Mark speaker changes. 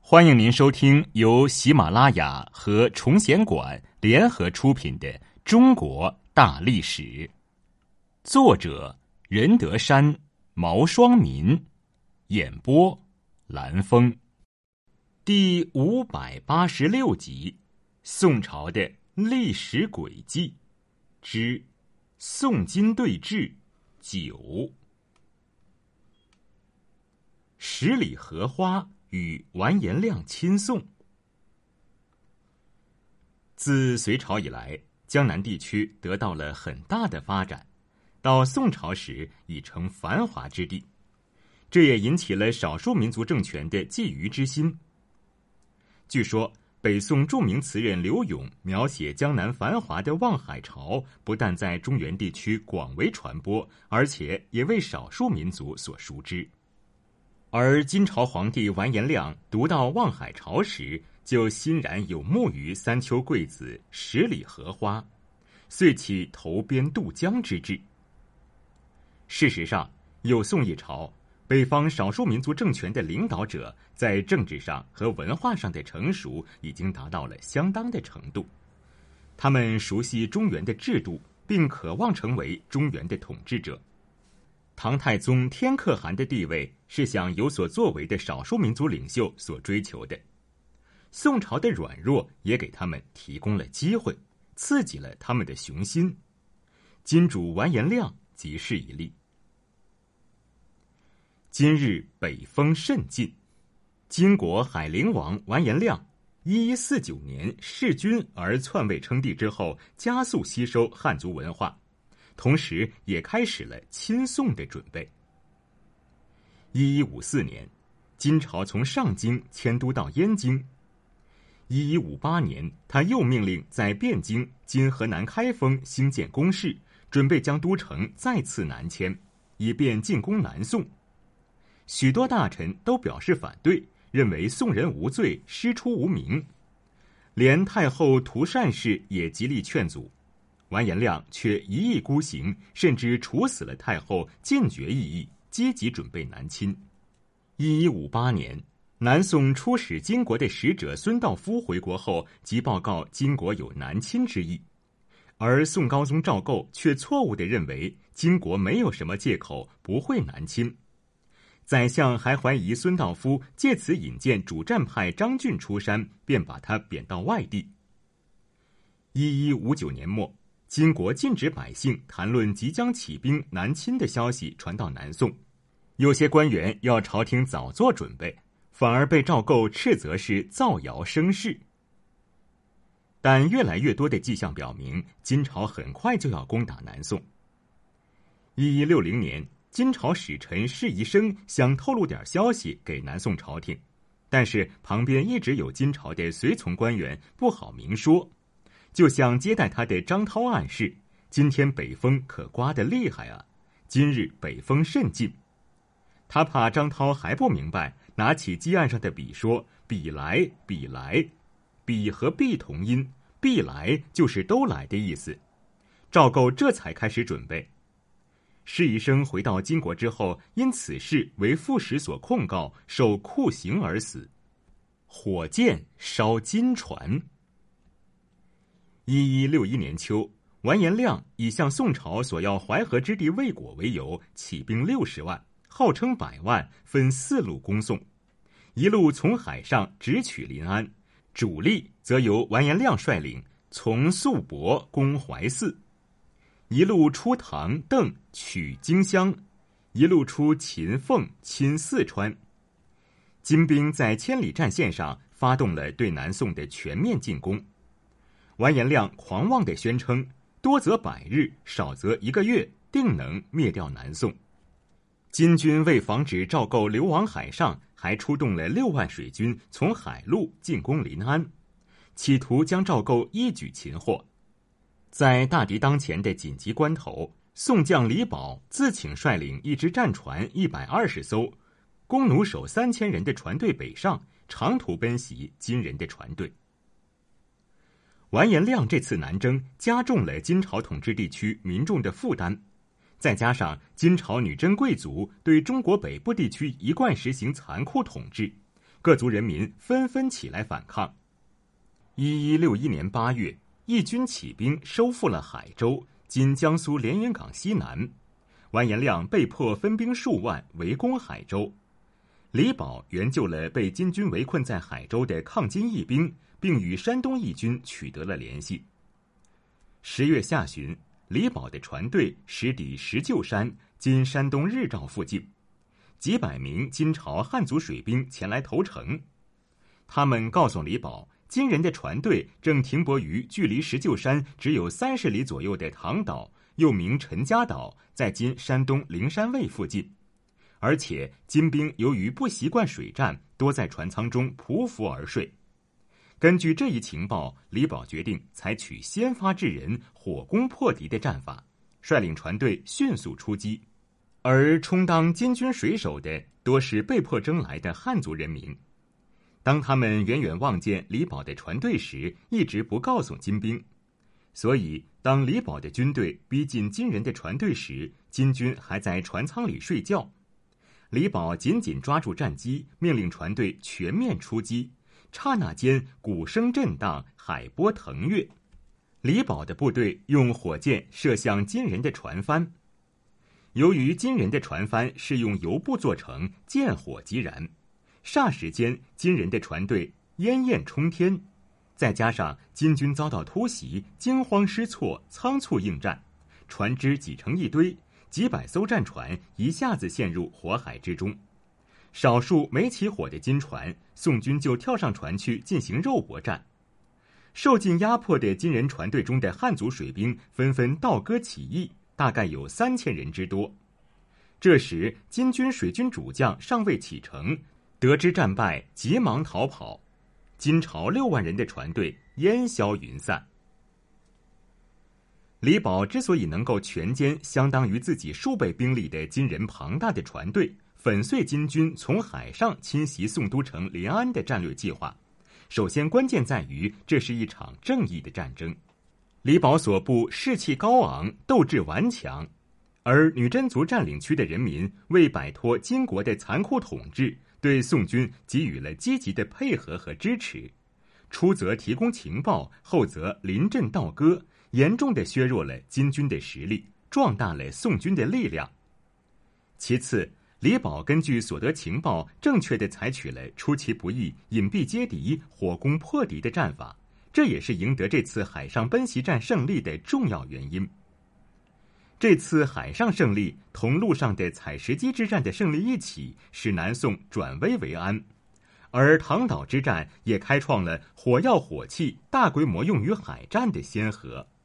Speaker 1: 欢迎您收听由喜马拉雅和崇贤馆联合出品的《中国大历史》，作者任德山、毛双民，演播蓝峰，第586集：宋朝的历史轨迹之宋金对峙9。十里荷花与完颜亮亲宋。自隋朝以来，江南地区得到了很大的发展，到宋朝时已成繁华之地，这也引起了少数民族政权的觊觎之心。据说北宋著名词人刘永描写江南繁华的望海潮，不但在中原地区广为传播，而且也为少数民族所熟知。而金朝皇帝完颜亮读到望海潮时，就欣然有慕于三秋桂子，十里荷花，遂起投鞭渡江之志。事实上，有宋一朝，北方少数民族政权的领导者在政治上和文化上的成熟已经达到了相当的程度，他们熟悉中原的制度，并渴望成为中原的统治者。唐太宗天可汗的地位是想有所作为的少数民族领袖所追求的。宋朝的软弱也给他们提供了机会，刺激了他们的雄心。金主完颜亮即是一例。今日北风甚劲，金国海陵王完颜亮1149年弑君而篡位称帝之后，加速吸收汉族文化，同时也开始了亲宋的准备。1154年，金朝从上京迁都到燕京。1158年，他又命令在汴京（今河南开封）兴建宫室，准备将都城再次南迁，以便进攻南宋。许多大臣都表示反对，认为宋人无罪，师出无名。连太后涂善氏也极力劝阻，完颜亮却一意孤行，甚至处死了太后，坚决异议，积极准备南侵。1158年，南宋出使金国的使者孙道夫回国后，即报告金国有南侵之意，而宋高宗赵构却错误地认为金国没有什么借口，不会南侵。宰相还怀疑孙道夫借此引荐主战派张俊出山，便把他贬到外地。1159年末，金国禁止百姓谈论即将起兵南侵的消息传到南宋，有些官员要朝廷早做准备，反而被赵构斥责是造谣生事。但越来越多的迹象表明，金朝很快就要攻打南宋。1160年，金朝使臣释宜生想透露点消息给南宋朝廷，但是旁边一直有金朝的随从官员，不好明说，就向接待他的张涛暗示，今天北风可刮得厉害啊，今日北风甚劲。他怕张涛还不明白，拿起机案上的笔说，笔来，笔来。笔和必同音，必来就是都来的意思。赵构这才开始准备。释宜生回到金国之后，因此事为副使所控告，受酷刑而死。火箭烧金船。1161年秋，完颜亮以向宋朝索要淮河之地未果为由，起兵60万，号称100万，分4路攻宋，一路从海上直取临安，主力则由完颜亮率领，从宿博攻淮泗，一路出唐邓取荆襄，一路出秦凤侵四川。金兵在千里战线上发动了对南宋的全面进攻。完颜亮狂妄地宣称，多则100日，少则1个月，定能灭掉南宋。金军为防止赵构流亡海上，还出动了6万水军从海路进攻临安，企图将赵构一举擒获。在大敌当前的紧急关头，宋将李宝自请率领一支战船120艘，弓弩手3000人的船队北上，长途奔袭金人的船队。完颜亮这次南征加重了金朝统治地区民众的负担，再加上金朝女真贵族对中国北部地区一贯实行残酷统治， 各族人民纷纷起来反抗。1161年8月，义军起兵收复了海州（今江苏连云港西南），完颜亮被迫分兵数万围攻海州。李宝援救了被金军围困在海州的抗金义兵，并与山东义军取得了联系。10月下旬，李宝的船队驶抵石臼山（今山东日照附近），几百名金朝汉族水兵前来投诚。他们告诉李宝，金人的船队正停泊于距离石臼山只有30里左右的唐岛，又名陈家岛，在今山东灵山卫附近。而且金兵由于不习惯水战，多在船舱中匍匐而睡。根据这一情报，李宝决定采取先发制人、火攻破敌的战法，率领船队迅速出击。而充当金军水手的多是被迫征来的汉族人民。当他们远远望见李宝的船队时，一直不告诉金兵。所以当李宝的军队逼近金人的船队时，金军还在船舱里睡觉。李宝紧紧抓住战机，命令船队全面出击。刹那间，鼓声震荡，海波腾跃。李宝的部队用火箭射向金人的船帆。由于金人的船帆是用油布做成，见火即燃，霎时间金人的船队烟焰冲天。再加上金军遭到突袭，惊慌失措，仓促应战，船只挤成一堆，几百艘战船一下子陷入火海之中。少数没起火的金船，宋军就跳上船去进行肉搏战。受尽压迫的金人船队中的汉族水兵纷纷倒戈起义，大概有3000人之多。这时金军水军主将尚未启程，得知战败，急忙逃跑。金朝6万人的船队烟消云散。李宝之所以能够全歼相当于自己数倍兵力的金人庞大的船队，粉碎金军从海上侵袭宋都城临安的战略计划，首先关键在于这是一场正义的战争。李宝所部士气高昂，斗志顽强，而女真族占领区的人民为摆脱金国的残酷统治，对宋军给予了积极的配合和支持，初则提供情报，后则临阵倒戈，严重地削弱了金军的实力，壮大了宋军的力量。其次，李宝根据所得情报，正确地采取了出其不意、隐蔽接敌、火攻破敌的战法，这也是赢得这次海上奔袭战胜利的重要原因。这次海上胜利同陆上的采石矶之战的胜利一起，使南宋转危为安，而唐岛之战也开创了火药火器大规模用于海战的先河。